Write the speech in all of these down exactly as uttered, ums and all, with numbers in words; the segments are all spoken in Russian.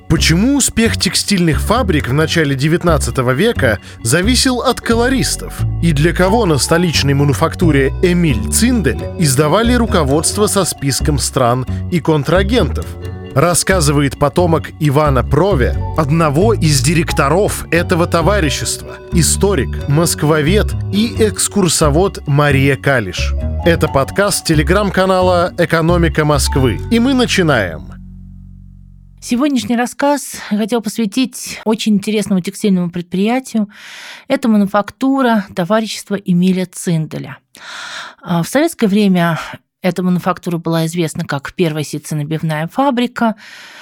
Почему успех текстильных фабрик в начале девятнадцатого века зависел от колористов? И для кого на столичной мануфактуре «Эмиль Циндель» издавали руководство со списком стран и контрагентов? Рассказывает потомок Ивана Прове, одного из директоров этого товарищества, историк, москвовед и экскурсовод Мария Калиш. Это подкаст телеграм-канала «Экономика Москвы». И мы начинаем. Сегодняшний рассказ я хотела посвятить очень интересному текстильному предприятию. Это мануфактура товарищества Эмиля Цинделя. В советское время эта мануфактура была известна как первая ситценабивная фабрика.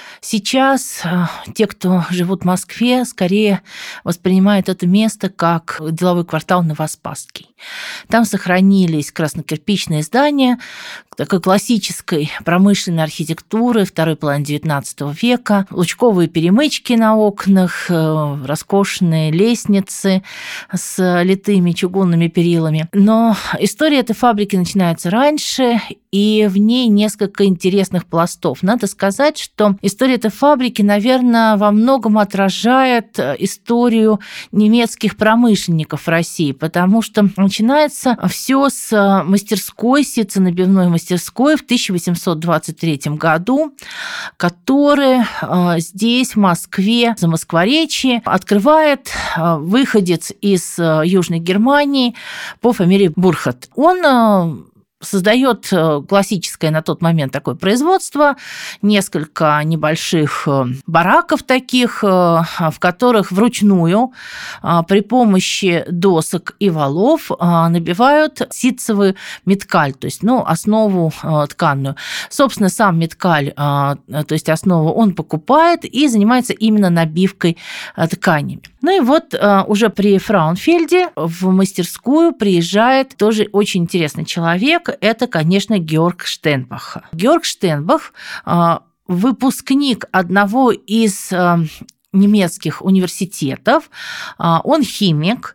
Сейчас те, кто живут в Москве, скорее воспринимают это место как деловой квартал Новоспасский. Там сохранились краснокирпичные здания такой классической промышленной архитектуры второй половины девятнадцатого века, лучковые перемычки на окнах, роскошные лестницы с литыми чугунными перилами. Но история этой фабрики начинается раньше, и в ней несколько интересных пластов. Надо сказать, что история этой фабрики, наверное, во многом отражает историю немецких промышленников в России, потому что начинается все с мастерской, ситценабивной мастерской в тысяча восемьсот двадцать третьем году, которая здесь, в Москве, за Москворечье, открывает выходец из Южной Германии по фамилии Бурхард. Он создает классическое на тот момент такое производство, несколько небольших бараков таких, в которых вручную при помощи досок и валов набивают ситцевую меткаль, то есть ну, основу тканную. Собственно, сам меткаль, то есть основу, он покупает и занимается именно набивкой тканями. Ну и вот уже при Фраунфельде в мастерскую приезжает тоже очень интересный человек. Это, конечно, Георг Штенбах. Георг Штенбах – выпускник одного из немецких университетов, он химик,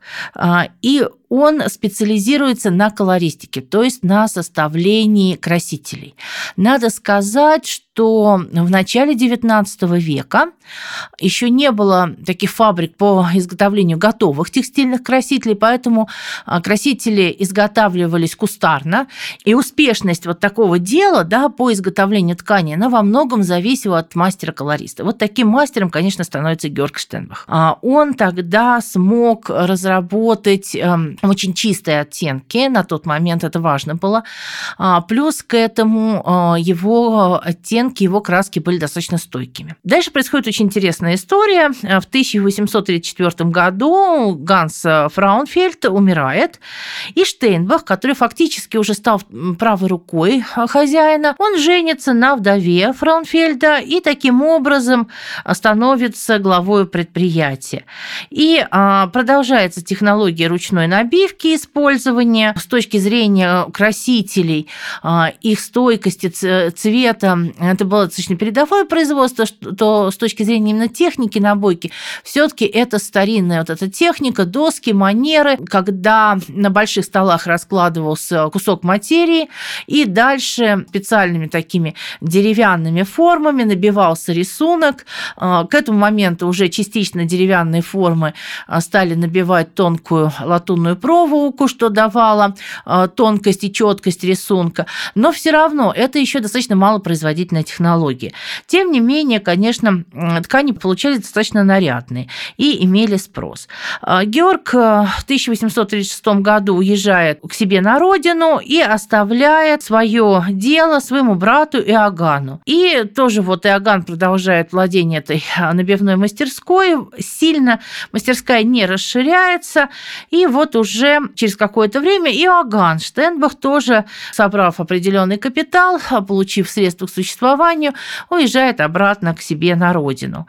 и он специализируется на колористике, то есть на составлении красителей. Надо сказать, что в начале девятнадцатого века еще не было таких фабрик по изготовлению готовых текстильных красителей, поэтому красители изготавливались кустарно, и успешность вот такого дела, да, по изготовлению ткани, она во многом зависела от мастера-колориста. Вот таким мастером, конечно, становится Георг Штенбах. Он тогда смог разработать очень чистые оттенки, на тот момент это важно было. Плюс к этому его оттенки, его краски были достаточно стойкими. Дальше происходит очень интересная история. В тысяча восемьсот тридцать четвёртом году Ганс Фраунфельд умирает, и Штенбах, который фактически уже стал правой рукой хозяина, он женится на вдове Фраунфельда и таким образом становится главой предприятия. И продолжается технология ручной набивки, использования с точки зрения красителей, их стойкости, цвета. Это было достаточно передовое производство, то с точки зрения именно техники набойки, все-таки это старинная вот эта техника, доски, манеры, когда на больших столах раскладывался кусок материи, и дальше специальными такими деревянными формами набивался рисунок. К этому моменту уже частично деревянные формы стали набивать тонкую латунную проволоку, что давало тонкость и четкость рисунка, но все равно это еще достаточно малопроизводительная технология. Тем не менее, конечно, ткани получались достаточно нарядные и имели спрос. Георг в тысяча восемьсот тридцать шестом году уезжает к себе на родину и оставляет свое дело своему брату Иоганну. И тоже вот Иоганн продолжает владение этой набивной мастерской, сильно мастерская не расширяется, и вот уже Уже через какое-то время Иоганн Штенбах, тоже собрав определенный капитал, получив средства к существованию, уезжает обратно к себе на родину.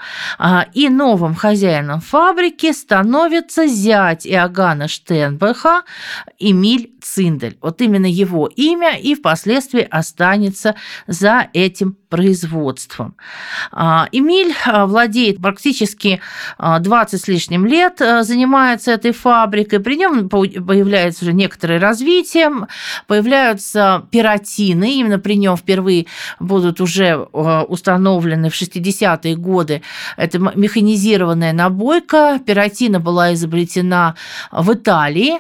И новым хозяином фабрики становится зять Иоганна Штенбаха Эмиль Циндель. Вот именно его имя и впоследствии останется за этим производством. Эмиль владеет практически двадцать с лишним лет, занимается этой фабрикой. При нем появляется уже некоторое развитие, появляются перотины. Именно при нем впервые будут уже установлены в шестидесятые годы. Это механизированная набойка. Перотина была изобретена в Италии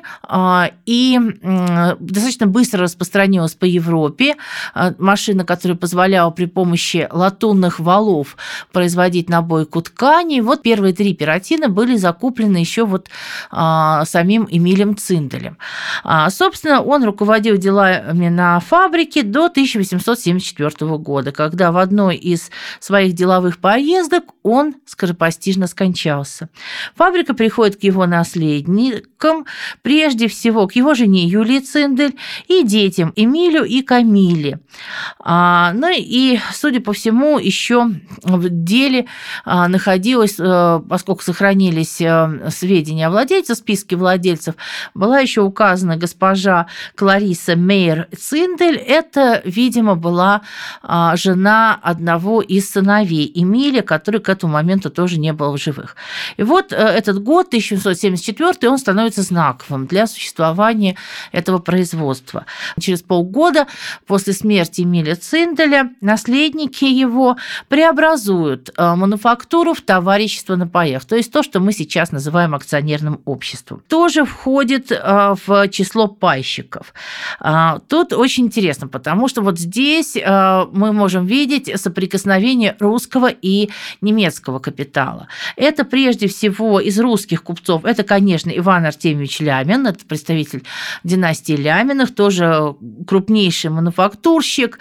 и достаточно быстро распространилась по Европе. Машина, которая позволяла при помощи латунных валов производить набойку тканей. Вот первые три перотина были закуплены еще вот а, самим Эмилем Цинделем. А, собственно, он руководил делами на фабрике до тысяча восемьсот семьдесят четвёртого года, когда в одной из своих деловых поездок он скоропостижно скончался. Фабрика приходит к его наследникам, прежде всего к его жене Юлии Циндель и детям Эмилю и Камиле. А, ну и, судя по всему, еще в деле а, находилась, а, поскольку сохранились а, сведения о владельцах, списке владельцев, была еще указана госпожа Клариса Мейер Циндель. Это, видимо, была а, жена одного из сыновей Эмиля, который к этому моменту тоже не был в живых. И вот а, этот год, тысяча восемьсот семьдесят четвёртый, он становится знаковым для существования этого производства. Через полгода после смерти Эмиля Цинделя наследники его преобразуют мануфактуру в товарищество на паях, то есть то, что мы сейчас называем акционерным обществом. Тоже входит в число пайщиков. Тут очень интересно, потому что вот здесь мы можем видеть соприкосновение русского и немецкого капитала. Это прежде всего из русских купцов, это, конечно, Иван Артемьевич Лямин, это представитель династии Ляминых, тоже крупнейший мануфактурщик.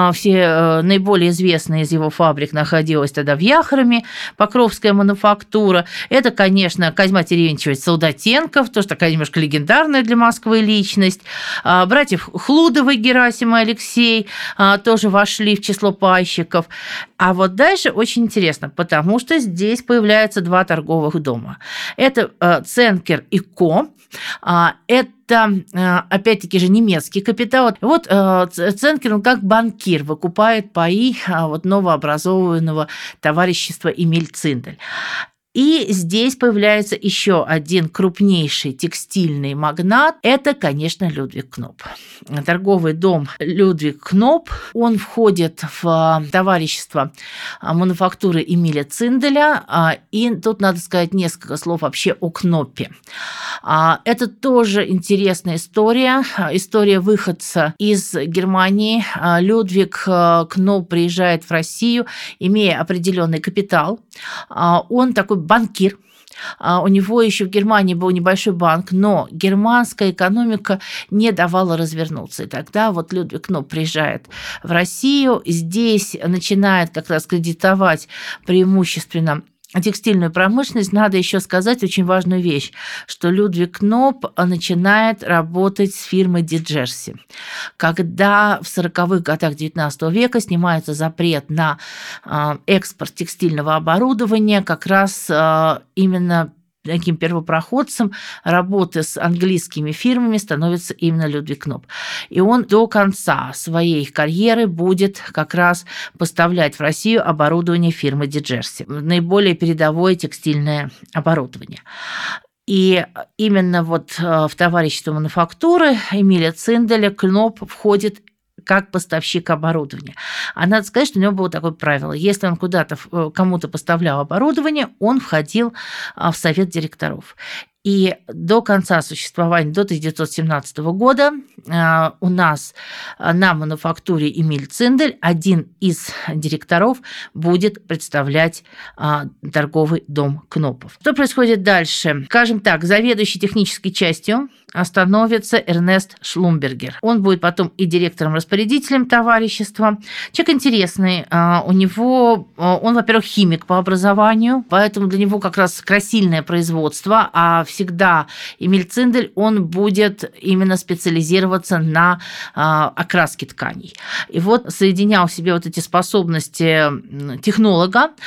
Все наиболее известная из его фабрик находилась тогда в Яхроме, Покровская мануфактура. Это, конечно, Козьма Терентьевич Солдатенков, тоже такая немножко легендарная для Москвы личность. Братьев Хлудовы Герасим и Алексей тоже вошли в число пайщиков. А вот дальше очень интересно, потому что здесь появляются два торговых дома. Это Ценкер и Ко. Это, опять-таки же, немецкий капитал. Вот Ценкер, он как банкир выкупает паи вот новообразованного товарищества Эмиль Циндель. И здесь появляется еще один крупнейший текстильный магнат. Это, конечно, Людвиг Кноп. Торговый дом Людвиг Кноп, он входит в товарищество мануфактуры Эмиля Цинделя. И тут надо сказать несколько слов вообще о Кнопе. Это тоже интересная история. История выходца из Германии. Людвиг Кноп приезжает в Россию, имея определенный капитал. Он такой банкир. У него еще в Германии был небольшой банк, но германская экономика не давала развернуться. И тогда вот Людвиг Кноп приезжает в Россию, здесь начинает как раз кредитовать преимущественно текстильную промышленность. Надо еще сказать очень важную вещь, что Людвиг Кноп начинает работать с фирмой Ди Джерси. Когда в сороковых годах девятнадцатого века снимается запрет на экспорт текстильного оборудования, как раз именно таким первопроходцем работы с английскими фирмами становится именно Людвиг Кноп. И он до конца своей карьеры будет как раз поставлять в Россию оборудование фирмы Ди Джерси, наиболее передовое текстильное оборудование. И именно вот в товарищество мануфактуры Эмиля Цинделя Кноп входит как поставщик оборудования. А надо сказать, что у него было такое правило. Если он куда-то кому-то поставлял оборудование, он входил в совет директоров. И до конца существования, до тысяча девятьсот семнадцатого года, у нас на мануфактуре Эмиль Циндель один из директоров будет представлять торговый дом Кнопов. Что происходит дальше? Скажем так, заведующий технической частью становится Эрнест Шлумбергер. Он будет потом и директором-распорядителем товарищества. Человек интересный. У него, он, во-первых, химик по образованию, поэтому для него как раз красильное производство, а всегда Эмиль Циндель, он будет именно специализироваться на окраске тканей. И вот соединял в себе вот эти способности технолога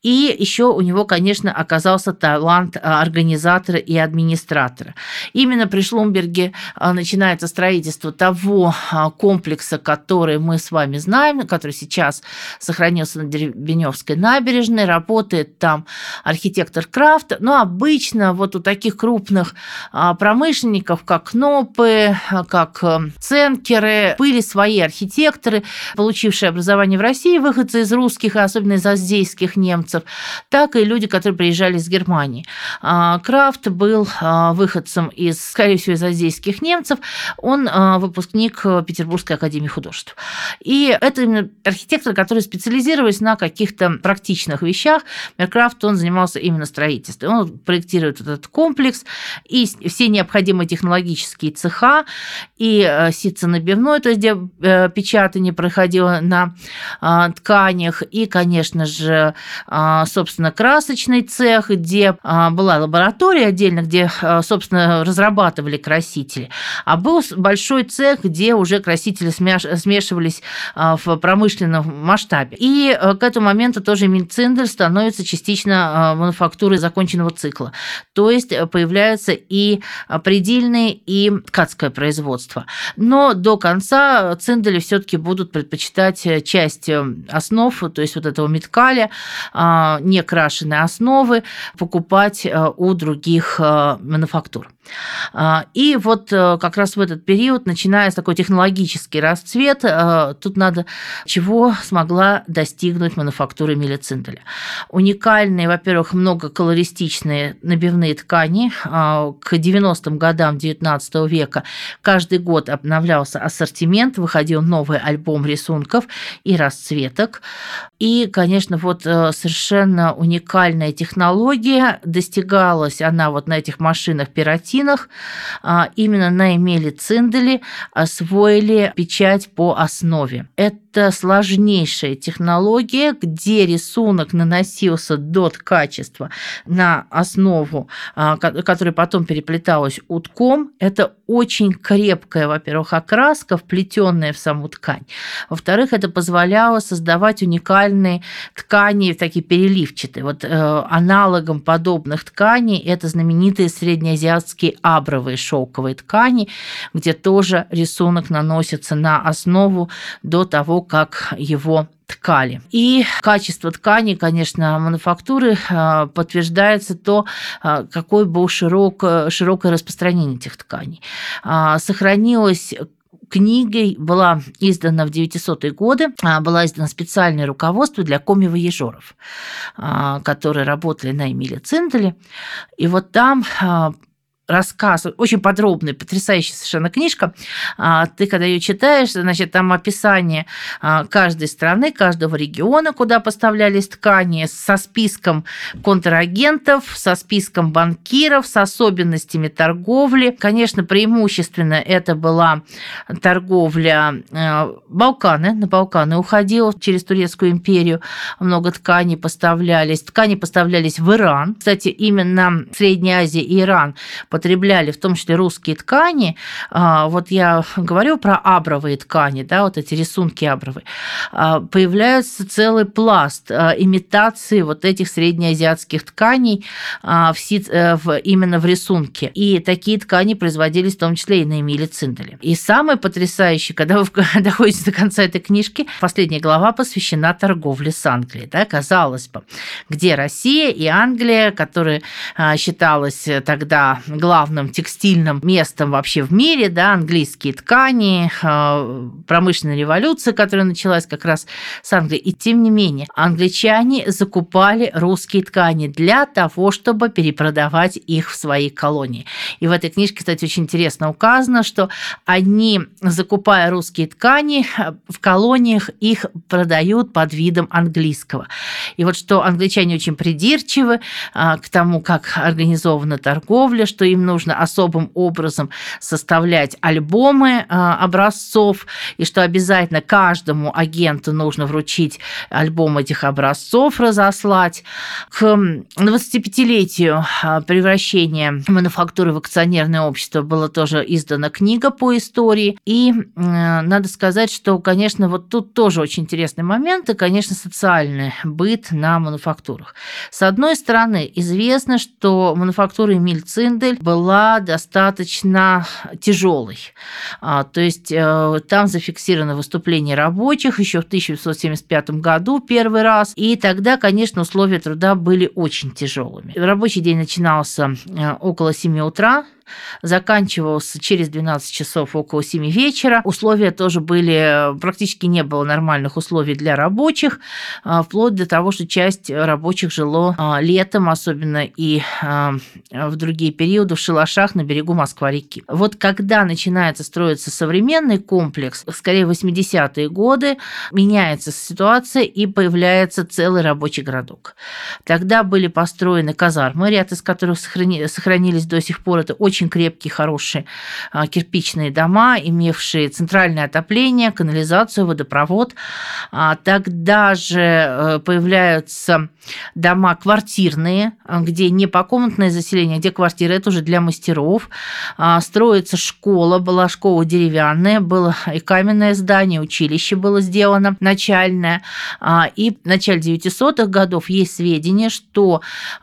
И еще у него, конечно, оказался талант организатора и администратора. Именно при Шлумберге начинается строительство того комплекса, который мы с вами знаем, который сейчас сохранился на Дербеневской набережной. Работает там архитектор Крафт. Но обычно вот у таких крупных промышленников, как Кнопы, как Ценкеры, были свои архитекторы, получившие образование в России, выходцы из русских, и особенно из аздейских немцев, так и люди, которые приезжали из Германии. Крафт был выходцем из, скорее всего, из аздейских немцев. Он выпускник Петербургской академии художеств. И это именно архитекторы, которые специализировались на каких-то практичных вещах. Крафт, он занимался именно строительством. Он проектирует этот комплекс, и все необходимые технологические цеха, и ситценабивной, то есть где печатание проходило на тканях, и, конечно же, собственно, красочный цех, где была лаборатория отдельно, где, собственно, разрабатывали красители. А был большой цех, где уже красители смешивались в промышленном масштабе. И к этому моменту тоже Эмиль Циндель становится частично мануфактурой законченного цикла. То есть появляется и предельное, и ткацкое производство. Но до конца Циндели все-таки будут предпочитать часть основ, то есть вот этого меткаля, некрашенной основы, покупать у других мануфактур. И вот как раз в этот период начинается такой технологический расцвет. Тут надо, чего смогла достигнуть мануфактура Эмиля Цинделя. Уникальные, во-первых, многоколористичные набивные ткани. К девяностым годам девятнадцатого века каждый год обновлялся ассортимент, выходил новый альбом рисунков и расцветок. И, конечно, вот совершенно уникальная технология. Достигалась она вот на этих машинах-перотинах. Именно на Эмиле Цинделе освоили печать по основе. Это сложнейшая технология, где рисунок наносился до ткачества на основу, которая потом переплеталась утком. Это очень крепкая, во-первых, окраска, вплетенная в саму ткань. Во-вторых, это позволяло создавать уникальные ткани, такие переливчатые. Вот э, аналогом подобных тканей это знаменитые среднеазиатские абровые шелковые ткани, где тоже рисунок наносится на основу до того, как его ткали. И качество ткани, конечно, мануфактуры подтверждается то, какое было широк, широкое распространение этих тканей. Сохранилось книгой, была издана в девятисотые годы, была издана специальное руководство для комми-вояжеров, которые работали на Эмиле Цинделе. И вот там рассказ, очень подробный, потрясающая совершенно книжка. Ты, когда ее читаешь, значит, там описание каждой страны, каждого региона, куда поставлялись ткани, со списком контрагентов, со списком банкиров, с особенностями торговли. Конечно, преимущественно это была торговля Балканы. На Балканы уходило через Турецкую империю. Много тканей поставлялись. Ткани поставлялись в Иран. Кстати, именно Средняя Азия и Иран потребляли в том числе русские ткани. Вот я говорю про абровые ткани, да, вот эти рисунки абровые. Появляется целый пласт имитации вот этих среднеазиатских тканей в, в, именно в рисунке. И такие ткани производились в том числе и на Эмиле Цинделе. И самое потрясающее, когда вы доходите до конца этой книжки, последняя глава посвящена торговле с Англией. Да, казалось бы, где Россия и Англия, которая считалась тогда главным текстильным местом вообще в мире, да, английские ткани, промышленная революция, которая началась как раз с Англии. И тем не менее, англичане закупали русские ткани для того, чтобы перепродавать их в свои колонии. И в этой книжке, кстати, очень интересно указано, что они, закупая русские ткани, в колониях их продают под видом английского. И вот что англичане очень придирчивы к тому, как организована торговля, что им нужно особым образом составлять альбомы образцов, и что обязательно каждому агенту нужно вручить альбом этих образцов, разослать. К двадцатипятилетию превращения мануфактуры в акционерное общество была тоже издана книга по истории. И надо сказать, что, конечно, вот тут тоже очень интересный момент, и, конечно, социальный быт на мануфактурах. С одной стороны, известно, что мануфактура Эмиль Циндель была достаточно тяжелой. То есть там зафиксировано выступление рабочих еще в тысяча девятьсот семьдесят пятом году первый раз, и тогда, конечно, условия труда были очень тяжелыми. Рабочий день начинался около семи утра, заканчивался через двенадцать часов около семи вечера. Условия тоже были, практически не было нормальных условий для рабочих, вплоть до того, что часть рабочих жило летом, особенно и в другие периоды, в шалашах на берегу Москва-реки. Вот когда начинается строиться современный комплекс, скорее восьмидесятые годы, меняется ситуация и появляется целый рабочий городок. Тогда были построены казармы, ряд из которых сохрани, сохранились до сих пор. Это очень крепкие, хорошие кирпичные дома, имевшие центральное отопление, канализацию, водопровод. Тогда же появляются дома квартирные, где не покомнатное заселение, где квартиры, это уже для мастеров. Строится школа, была школа деревянная, было и каменное здание, училище было сделано начальное. И в начале девятисотых годов есть сведения, что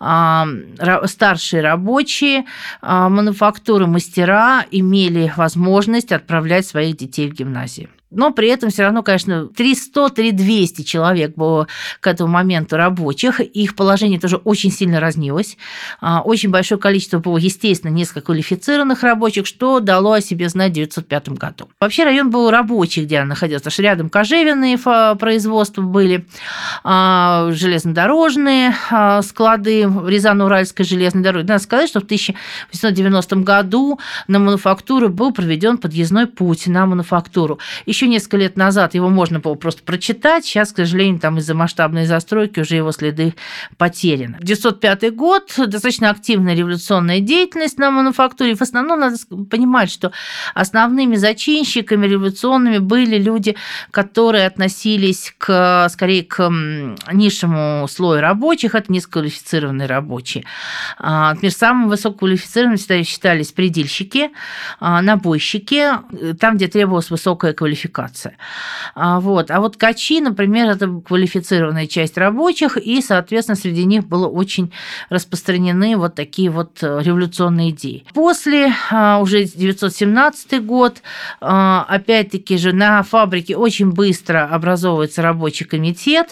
старшие рабочие мануфактуры, мастера имели возможность отправлять своих детей в гимназии. Но при этом все равно, конечно, триста - двести человек было к этому моменту рабочих. Их положение тоже очень сильно разнилось. Очень большое количество было, естественно, низкоквалифицированных рабочих, что дало о себе знать в девятьсот пятом году. Вообще район был рабочий, где он находился, потому что рядом кожевенные производства были, железнодорожные склады Рязано-Уральской железной дороги. Надо сказать, что в тысяча восемьсот девяностом году на мануфактуру был проведен подъездной путь на мануфактуру. Еще несколько лет назад его можно было просто прочитать, сейчас, к сожалению, там из-за масштабной застройки уже его следы потеряны. девятьсот пятый год, достаточно активная революционная деятельность на мануфактуре. В основном надо понимать, что основными зачинщиками революционными были люди, которые относились к, скорее к низшему слою рабочих, это низкоквалифицированные рабочие. Например, самыми высококвалифицированными считались предельщики, набойщики, там, где требовалась высокая квалификация. Вот. А вот ткачи, например, это квалифицированная часть рабочих, и, соответственно, среди них было очень распространены вот такие вот революционные идеи. После, уже девятьсот семнадцатый год, опять-таки же на фабрике очень быстро образовывается рабочий комитет,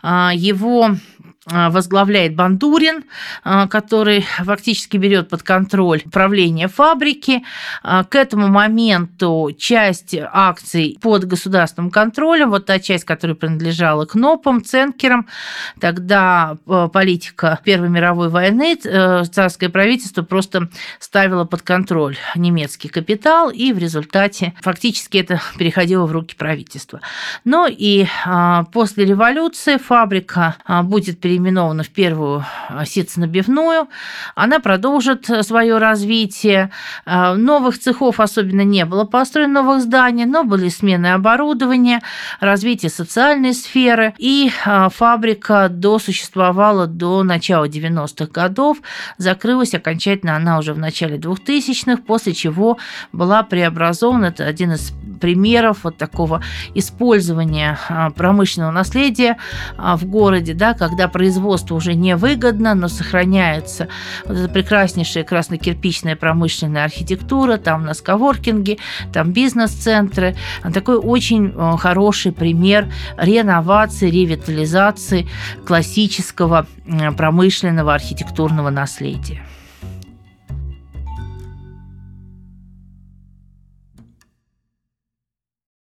его возглавляет Бандурин, который фактически берет под контроль управление фабрики. К этому моменту часть акций под государственным контролем, вот та часть, которая принадлежала Кнопам, Ценкерам, тогда политика Первой мировой войны, царское правительство просто ставило под контроль немецкий капитал, и в результате фактически это переходило в руки правительства. Но и после революции фабрика будет переименована переименована в первую ситцо-набивную. Она продолжит свое развитие. Новых цехов особенно не было построено, новых зданий, но были смены оборудования, развитие социальной сферы. И фабрика досуществовала до начала девяностых годов. Закрылась окончательно она уже в начале двухтысячных, после чего была преобразована. Это один из примеров вот такого использования промышленного наследия в городе, да, когда производство уже невыгодно, но сохраняется вот эта прекраснейшая красно-кирпичная промышленная архитектура, там у нас коворкинги, там бизнес-центры. Такой очень хороший пример реновации, ревитализации классического промышленного архитектурного наследия.